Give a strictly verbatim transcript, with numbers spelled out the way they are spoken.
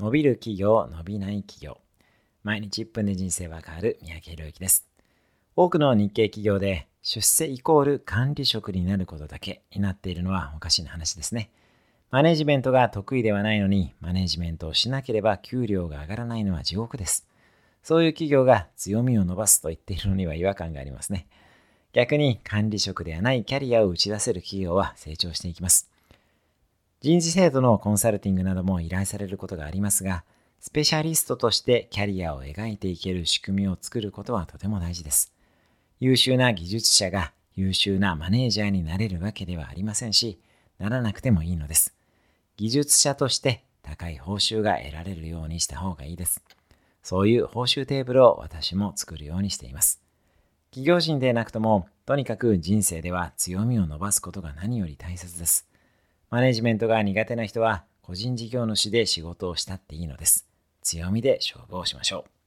伸びる企業、伸びない企業。毎日いっぷんで人生は変わる三宅宏之です。多くの日系企業で出世イコール管理職になることだけになっているのはおかしな話ですね。マネジメントが得意ではないのにマネジメントをしなければ給料が上がらないのは地獄です。そういう企業が強みを伸ばすと言っているのには違和感がありますね。逆に管理職ではないキャリアを打ち出せる企業は成長していきます。人事制度のコンサルティングなども依頼されることがありますが、スペシャリストとしてキャリアを描いていける仕組みを作ることはとても大事です。優秀な技術者が優秀なマネージャーになれるわけではありませんし、ならなくてもいいのです。技術者として高い報酬が得られるようにした方がいいです。そういう報酬テーブルを私も作るようにしています。企業人でなくとも、とにかく人生では強みを伸ばすことが何より大切です。マネジメントが苦手な人は個人事業主で仕事をしたっていいのです。強みで勝負をしましょう。